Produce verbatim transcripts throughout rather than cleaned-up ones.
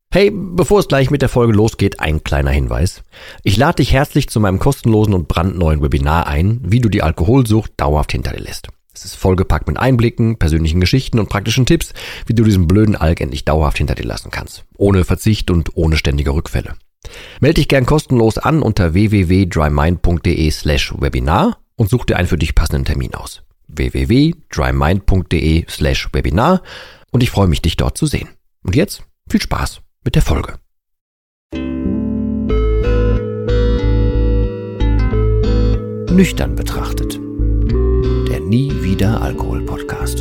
Hey, bevor es gleich mit der Folge losgeht, ein kleiner Hinweis. Ich lade dich herzlich zu meinem kostenlosen und brandneuen Webinar ein, wie du die Alkoholsucht dauerhaft hinter dir lässt. Es ist vollgepackt mit Einblicken, persönlichen Geschichten und praktischen Tipps, wie du diesen blöden Alk endlich dauerhaft hinter dir lassen kannst. Ohne Verzicht und ohne ständige Rückfälle. Melde dich gern kostenlos an unter w w w punkt drymind.de slash webinar und such dir einen für dich passenden Termin aus. w w w punkt drymind.de slash webinar und ich freue mich, dich dort zu sehen. Und jetzt viel Spaß mit der Folge. Nüchtern betrachtet. Der Nie wieder Alkohol Podcast.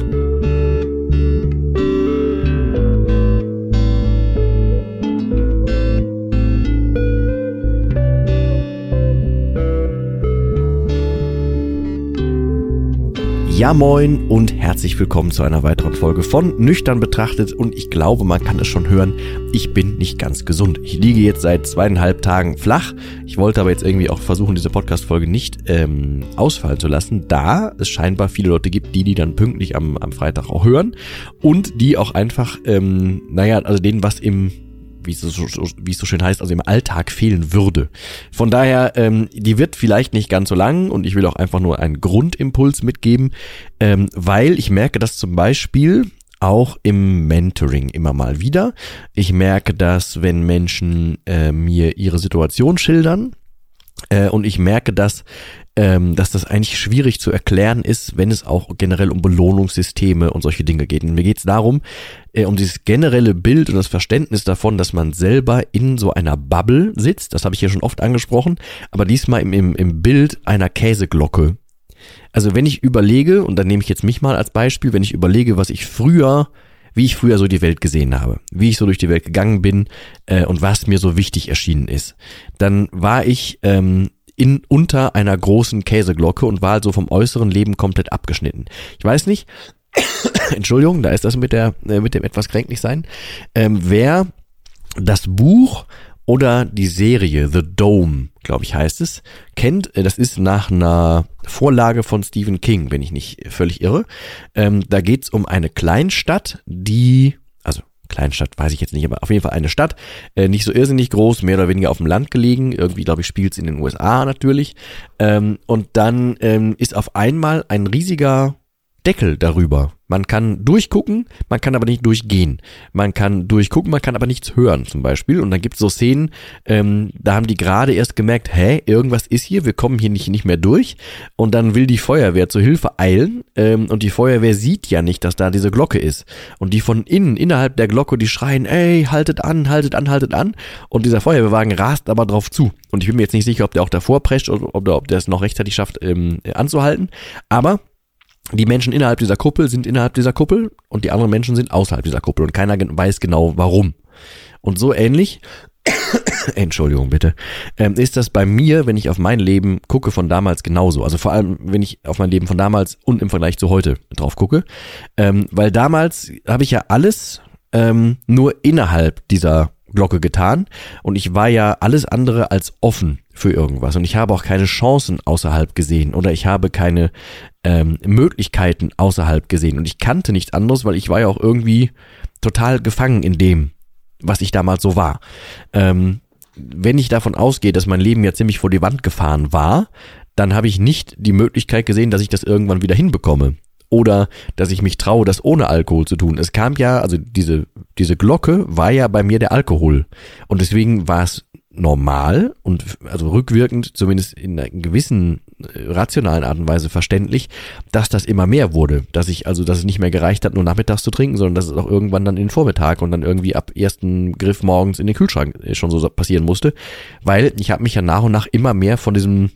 Ja moin und herzlich willkommen zu einer weiteren Folge von Nüchtern betrachtet und ich glaube, man kann es schon hören, ich bin nicht ganz gesund. Ich liege jetzt seit zweieinhalb Tagen flach. Ich wollte aber jetzt irgendwie auch versuchen, diese Podcast-Folge nicht ähm, ausfallen zu lassen, da es scheinbar viele Leute gibt, die die dann pünktlich am, am Freitag auch hören und die auch einfach, ähm, naja, also denen was im wie es, so, wie es so schön heißt, also im Alltag fehlen würde. Von daher, ähm, die wird vielleicht nicht ganz so lang und ich will auch einfach nur einen Grundimpuls mitgeben, ähm, weil ich merke das zum Beispiel auch im Mentoring immer mal wieder. Ich merke das, wenn Menschen äh, mir ihre Situation schildern äh, und ich merke das, ähm, dass das eigentlich schwierig zu erklären ist, wenn es auch generell um Belohnungssysteme und solche Dinge geht. Und mir geht es darum, äh, um dieses generelle Bild und das Verständnis davon, dass man selber in so einer Bubble sitzt, das habe ich hier schon oft angesprochen, aber diesmal im, im, im Bild einer Käseglocke. Also wenn ich überlege, und dann nehme ich jetzt mich mal als Beispiel, wenn ich überlege, was ich früher, wie ich früher so die Welt gesehen habe, wie ich so durch die Welt gegangen bin äh, und was mir so wichtig erschienen ist, dann war ich ähm, in unter einer großen Käseglocke und war also vom äußeren Leben komplett abgeschnitten. Ich weiß nicht, Entschuldigung, da ist das mit der äh, mit dem etwas kränklich sein, ähm, wer das Buch oder die Serie The Dome, glaube ich heißt es, kennt, äh, das ist nach einer Vorlage von Stephen King, wenn ich nicht völlig irre. Ähm, da geht's um eine Kleinstadt, die, also Kleinstadt weiß ich jetzt nicht, aber auf jeden Fall eine Stadt, äh, nicht so irrsinnig groß, mehr oder weniger auf dem Land gelegen, irgendwie glaube ich spielt es in den U S A natürlich, ähm, und dann ähm, ist auf einmal ein riesiger Deckel darüber. Man kann durchgucken, man kann aber nicht durchgehen. Man kann durchgucken, man kann aber nichts hören zum Beispiel. Und dann gibt es so Szenen, ähm, da haben die gerade erst gemerkt, hä, irgendwas ist hier, wir kommen hier nicht, nicht mehr durch. Und dann will die Feuerwehr zur Hilfe eilen ähm, und die Feuerwehr sieht ja nicht, dass da diese Glocke ist. Und die von innen, innerhalb der Glocke, die schreien, ey, haltet an, haltet an, haltet an. Und dieser Feuerwehrwagen rast aber drauf zu. Und ich bin mir jetzt nicht sicher, ob der auch davor prescht oder ob der, ob der es noch rechtzeitig schafft ähm, anzuhalten. Aber die Menschen innerhalb dieser Kuppel sind innerhalb dieser Kuppel und die anderen Menschen sind außerhalb dieser Kuppel und keiner weiß genau warum. Und so ähnlich, Entschuldigung bitte, ähm, ist das bei mir, wenn ich auf mein Leben gucke von damals genauso. Also vor allem, wenn ich auf mein Leben von damals und im Vergleich zu heute drauf gucke. Ähm, weil damals habe ich ja alles ähm, nur innerhalb dieser Glocke getan und ich war ja alles andere als offen für irgendwas und ich habe auch keine Chancen außerhalb gesehen oder ich habe keine ähm, Möglichkeiten außerhalb gesehen und ich kannte nichts anderes, weil ich war ja auch irgendwie total gefangen in dem, was ich damals so war. Ähm, wenn ich davon ausgehe, dass mein Leben ja ziemlich vor die Wand gefahren war, dann habe ich nicht die Möglichkeit gesehen, dass ich das irgendwann wieder hinbekomme. Oder dass ich mich traue, das ohne Alkohol zu tun. Es kam ja, also diese diese Glocke war ja bei mir der Alkohol. Und deswegen war es normal und also rückwirkend, zumindest in einer gewissen äh, rationalen Art und Weise verständlich, dass das immer mehr wurde. Dass ich, also dass es nicht mehr gereicht hat, nur nachmittags zu trinken, sondern dass es auch irgendwann dann in den Vormittag und dann irgendwie ab ersten Griff morgens in den Kühlschrank schon so passieren musste. Weil ich habe mich ja nach und nach immer mehr von diesem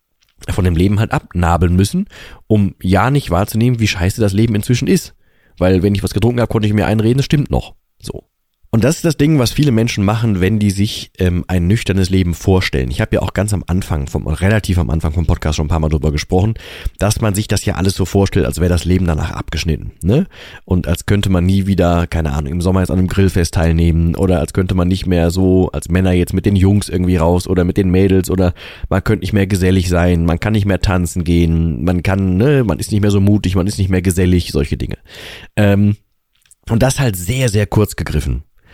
von dem Leben halt abnabeln müssen, um ja nicht wahrzunehmen, wie scheiße das Leben inzwischen ist. Weil wenn ich was getrunken habe, konnte ich mir einreden, es stimmt noch. So. Und das ist das Ding, was viele Menschen machen, wenn die sich ähm, ein nüchternes Leben vorstellen. Ich habe ja auch ganz am Anfang, vom relativ am Anfang vom Podcast schon ein paar Mal drüber gesprochen, dass man sich das ja alles so vorstellt, als wäre das Leben danach abgeschnitten, ne? Und als könnte man nie wieder, keine Ahnung, im Sommer jetzt an einem Grillfest teilnehmen oder als könnte man nicht mehr so als Männer jetzt mit den Jungs irgendwie raus oder mit den Mädels oder man könnte nicht mehr gesellig sein, man kann nicht mehr tanzen gehen, man kann, ne, man ist nicht mehr so mutig, man ist nicht mehr gesellig, solche Dinge. Ähm, und das halt sehr, sehr kurz gegriffen.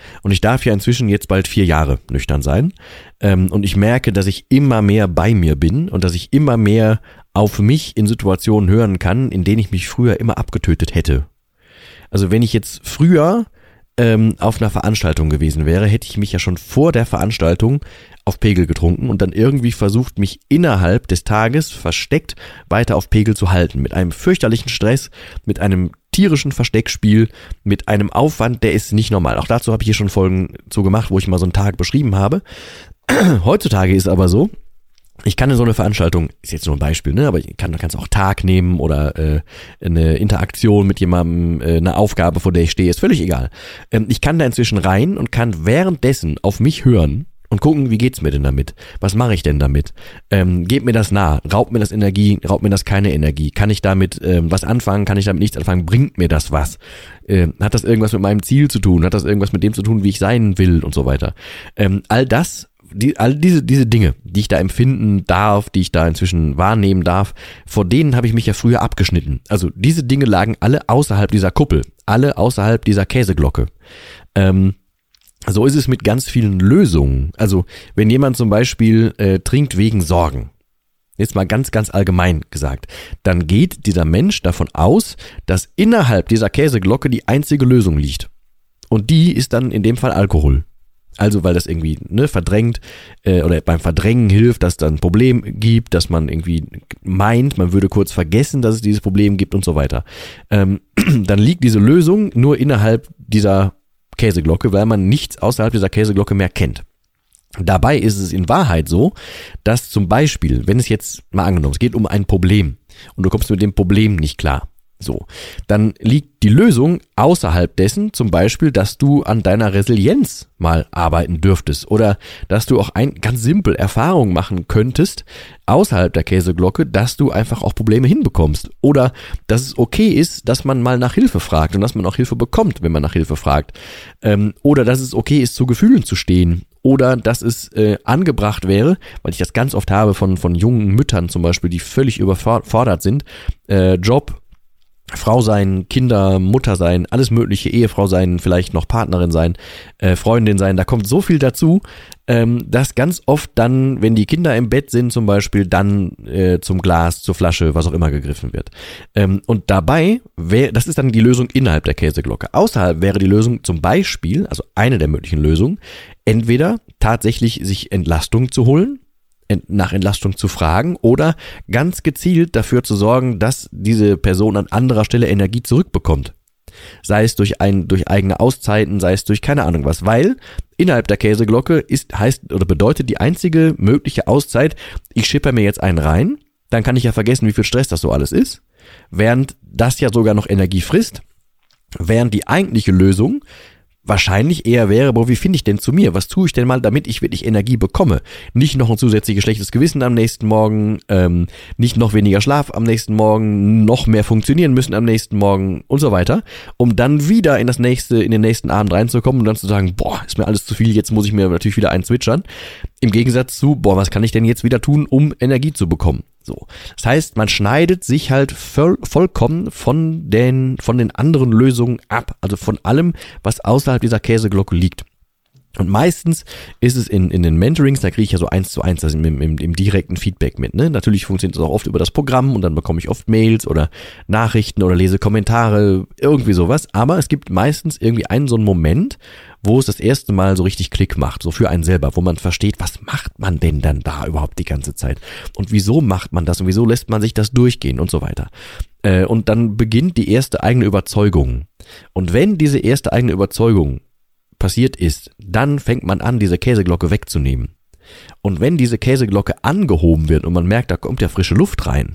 Und ich darf ja inzwischen jetzt bald vier Jahre nüchtern sein. Ähm, und ich merke, dass ich immer mehr bei mir bin und dass ich immer mehr auf mich in Situationen hören kann, in denen ich mich früher immer abgetötet hätte. Also wenn ich jetzt früher ähm, auf einer Veranstaltung gewesen wäre, hätte ich mich ja schon vor der Veranstaltung auf Pegel getrunken und dann irgendwie versucht, mich innerhalb des Tages versteckt weiter auf Pegel zu halten. Mit einem fürchterlichen Stress, mit einem tierischen Versteckspiel, mit einem Aufwand, der ist nicht normal. Auch dazu habe ich hier schon Folgen zu gemacht, wo ich mal so einen Tag beschrieben habe. Heutzutage ist aber so, ich kann in so eine Veranstaltung, ist jetzt nur ein Beispiel, ne, aber ich kann, kannst auch Tag nehmen oder äh, eine Interaktion mit jemandem, äh, eine Aufgabe, vor der ich stehe, ist völlig egal. Ähm, ich kann da inzwischen rein und kann währenddessen auf mich hören und gucken, wie geht's mir denn damit? Was mache ich denn damit? Ähm, geht mir das nah? Raubt mir das Energie? Raubt mir das keine Energie? Kann ich damit ähm, was anfangen? Kann ich damit nichts anfangen? Bringt mir das was? Äh, hat das irgendwas mit meinem Ziel zu tun? Hat das irgendwas mit dem zu tun, wie ich sein will und so weiter? Ähm, all das, die, all diese diese Dinge, die ich da empfinden darf, die ich da inzwischen wahrnehmen darf, vor denen habe ich mich ja früher abgeschnitten. Also diese Dinge lagen alle außerhalb dieser Kuppel, alle außerhalb dieser Käseglocke. Ähm, So ist es mit ganz vielen Lösungen. Also wenn jemand zum Beispiel äh, trinkt wegen Sorgen, jetzt mal ganz, ganz allgemein gesagt, dann geht dieser Mensch davon aus, dass innerhalb dieser Käseglocke die einzige Lösung liegt. Und die ist dann in dem Fall Alkohol. Also weil das irgendwie ne, verdrängt äh, oder beim Verdrängen hilft, dass es dann ein Problem gibt, dass man irgendwie meint, man würde kurz vergessen, dass es dieses Problem gibt und so weiter. Ähm, dann liegt diese Lösung nur innerhalb dieser Käseglocke, weil man nichts außerhalb dieser Käseglocke mehr kennt. Dabei ist es in Wahrheit so, dass zum Beispiel, wenn es jetzt mal angenommen, es geht um ein Problem und du kommst mit dem Problem nicht klar, so, dann liegt die Lösung außerhalb dessen, zum Beispiel, dass du an deiner Resilienz mal arbeiten dürftest oder dass du auch ein ganz simpel Erfahrungen machen könntest außerhalb der Käseglocke, dass du einfach auch Probleme hinbekommst oder dass es okay ist, dass man mal nach Hilfe fragt und dass man auch Hilfe bekommt, wenn man nach Hilfe fragt, ähm, oder dass es okay ist, zu Gefühlen zu stehen. Oder dass es äh, angebracht wäre, weil ich das ganz oft habe von von jungen Müttern zum Beispiel, die völlig überfordert sind, äh, Job, Frau sein, Kinder, Mutter sein, alles mögliche, Ehefrau sein, vielleicht noch Partnerin sein, äh, Freundin sein, da kommt so viel dazu, ähm, dass ganz oft dann, wenn die Kinder im Bett sind zum Beispiel, dann äh, zum Glas, zur Flasche, was auch immer gegriffen wird. Ähm, und dabei, wär, das ist dann die Lösung innerhalb der Käseglocke. Außerhalb wäre die Lösung zum Beispiel, also eine der möglichen Lösungen, entweder tatsächlich sich Entlastung zu holen, nach Entlastung zu fragen oder ganz gezielt dafür zu sorgen, dass diese Person an anderer Stelle Energie zurückbekommt. Sei es durch ein, durch eigene Auszeiten, sei es durch keine Ahnung was, weil innerhalb der Käseglocke ist, heißt oder bedeutet die einzige mögliche Auszeit, ich schipper mir jetzt einen rein, dann kann ich ja vergessen, wie viel Stress das so alles ist, während das ja sogar noch Energie frisst, während die eigentliche Lösung wahrscheinlich eher wäre, boah, wie finde ich denn zu mir? Was tue ich denn mal, damit ich wirklich Energie bekomme? Nicht noch ein zusätzliches schlechtes Gewissen am nächsten Morgen, ähm, nicht noch weniger Schlaf am nächsten Morgen, noch mehr funktionieren müssen am nächsten Morgen und so weiter, um dann wieder in das nächste, in den nächsten Abend reinzukommen und dann zu sagen, boah, ist mir alles zu viel, jetzt muss ich mir natürlich wieder einen zwitschern. Im Gegensatz zu, boah, was kann ich denn jetzt wieder tun, um Energie zu bekommen? So. Das heißt, man schneidet sich halt voll, vollkommen von den, von den anderen Lösungen ab. Also von allem, was außerhalb dieser Käseglocke liegt. Und meistens ist es in, in den Mentorings, da kriege ich ja so eins zu eins, also im, im, im direkten Feedback mit, ne? Natürlich funktioniert es auch oft über das Programm und dann bekomme ich oft Mails oder Nachrichten oder lese Kommentare, irgendwie sowas. Aber es gibt meistens irgendwie einen so einen Moment, wo es das erste Mal so richtig Klick macht, so für einen selber, wo man versteht, was macht man denn dann da überhaupt die ganze Zeit? Und wieso macht man das und wieso lässt man sich das durchgehen und so weiter? Äh, und dann beginnt die erste eigene Überzeugung. Und wenn diese erste eigene Überzeugung passiert ist, dann fängt man an, diese Käseglocke wegzunehmen. Und wenn diese Käseglocke angehoben wird und man merkt, da kommt ja frische Luft rein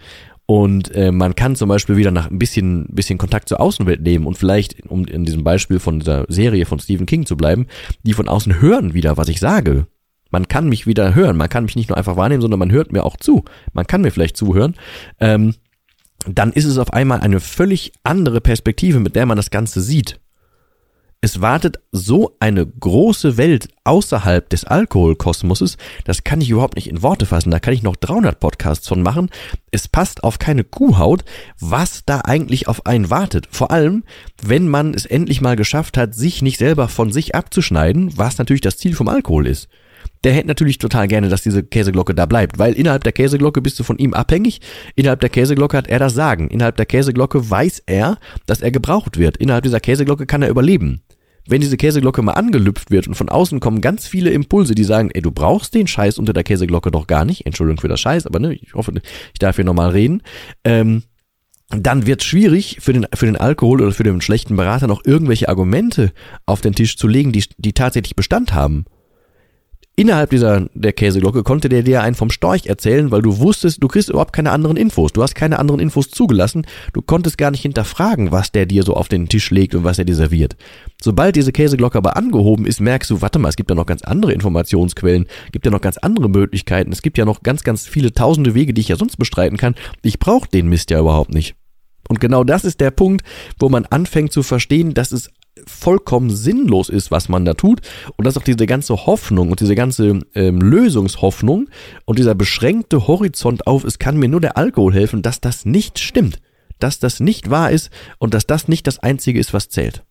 und äh, man kann zum Beispiel wieder nach ein bisschen, bisschen Kontakt zur Außenwelt nehmen und vielleicht, um in diesem Beispiel von dieser Serie von Stephen King zu bleiben, die von außen hören wieder, was ich sage. Man kann mich wieder hören, man kann mich nicht nur einfach wahrnehmen, sondern man hört mir auch zu. Man kann mir vielleicht zuhören. Ähm, dann ist es auf einmal eine völlig andere Perspektive, mit der man das Ganze sieht. Es wartet so eine große Welt außerhalb des Alkoholkosmoses, das kann ich überhaupt nicht in Worte fassen. Da kann ich noch dreihundert Podcasts von machen. Es passt auf keine Kuhhaut, was da eigentlich auf einen wartet. Vor allem, wenn man es endlich mal geschafft hat, sich nicht selber von sich abzuschneiden, was natürlich das Ziel vom Alkohol ist. Der hätte natürlich total gerne, dass diese Käseglocke da bleibt, weil innerhalb der Käseglocke bist du von ihm abhängig, innerhalb der Käseglocke hat er das Sagen, innerhalb der Käseglocke weiß er, dass er gebraucht wird, innerhalb dieser Käseglocke kann er überleben. Wenn diese Käseglocke mal angelüpft wird und von außen kommen ganz viele Impulse, die sagen, ey, du brauchst den Scheiß unter der Käseglocke doch gar nicht, Entschuldigung für das Scheiß, aber ne, ich hoffe, ich darf hier nochmal reden, ähm, dann wird es schwierig für den, für den Alkohol oder für den schlechten Berater noch irgendwelche Argumente auf den Tisch zu legen, die, die tatsächlich Bestand haben. Innerhalb dieser der Käseglocke konnte der dir einen vom Storch erzählen, weil du wusstest, du kriegst überhaupt keine anderen Infos. Du hast keine anderen Infos zugelassen. Du konntest gar nicht hinterfragen, was der dir so auf den Tisch legt und was er dir serviert. Sobald diese Käseglocke aber angehoben ist, merkst du, warte mal, es gibt ja noch ganz andere Informationsquellen, gibt ja noch ganz andere Möglichkeiten. Es gibt ja noch ganz, ganz viele tausende Wege, die ich ja sonst bestreiten kann. Ich brauche den Mist ja überhaupt nicht. Und genau das ist der Punkt, wo man anfängt zu verstehen, dass es vollkommen sinnlos ist, was man da tut und dass auch diese ganze Hoffnung und diese ganze ähm, Lösungshoffnung und dieser beschränkte Horizont auf, es kann mir nur der Alkohol helfen, dass das nicht stimmt, dass das nicht wahr ist und dass das nicht das Einzige ist, was zählt.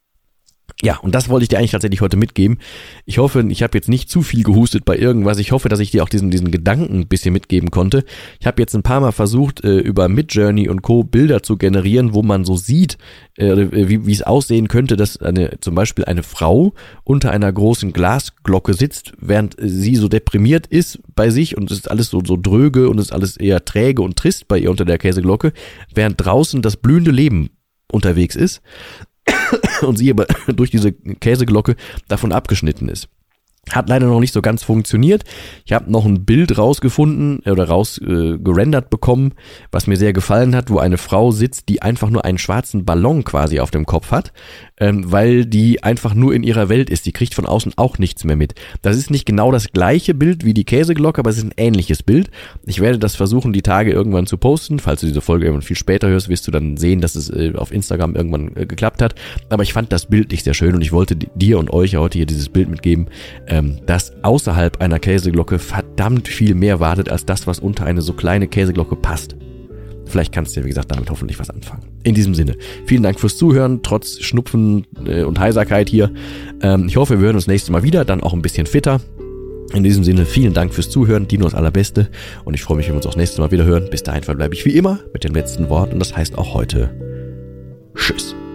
Ja, und das wollte ich dir eigentlich tatsächlich heute mitgeben. Ich hoffe, ich habe jetzt nicht zu viel gehustet bei irgendwas. Ich hoffe, dass ich dir auch diesen diesen Gedanken ein bisschen mitgeben konnte. Ich habe jetzt ein paar Mal versucht, äh, über Midjourney und Co. Bilder zu generieren, wo man so sieht, äh, wie wie es aussehen könnte, dass eine zum Beispiel eine Frau unter einer großen Glasglocke sitzt, während sie so deprimiert ist bei sich und es ist alles so so dröge und es ist alles eher träge und trist bei ihr unter der Käseglocke, während draußen das blühende Leben unterwegs ist. Und sie aber durch diese Käseglocke davon abgeschnitten ist. Hat leider noch nicht so ganz funktioniert. Ich habe noch ein Bild rausgefunden oder raus äh, gerendert bekommen, was mir sehr gefallen hat, wo eine Frau sitzt, die einfach nur einen schwarzen Ballon quasi auf dem Kopf hat, ähm, weil die einfach nur in ihrer Welt ist. Die kriegt von außen auch nichts mehr mit. Das ist nicht genau das gleiche Bild wie die Käseglocke, aber es ist ein ähnliches Bild. Ich werde das versuchen, die Tage irgendwann zu posten. Falls du diese Folge irgendwann viel später hörst, wirst du dann sehen, dass es äh, auf Instagram irgendwann äh, geklappt hat. Aber ich fand das Bild nicht sehr schön und ich wollte dir und euch heute hier dieses Bild mitgeben, dass außerhalb einer Käseglocke verdammt viel mehr wartet als das, was unter eine so kleine Käseglocke passt. Vielleicht kannst du ja, wie gesagt, damit hoffentlich was anfangen. In diesem Sinne, vielen Dank fürs Zuhören, trotz Schnupfen äh, und Heiserkeit hier. Ähm, ich hoffe, wir hören uns nächstes Mal wieder, dann auch ein bisschen fitter. In diesem Sinne, vielen Dank fürs Zuhören, Dino das Allerbeste. Und ich freue mich, wenn wir uns auch das nächste Mal wieder hören. Bis dahin verbleibe ich wie immer mit dem letzten Wort und das heißt auch heute Tschüss.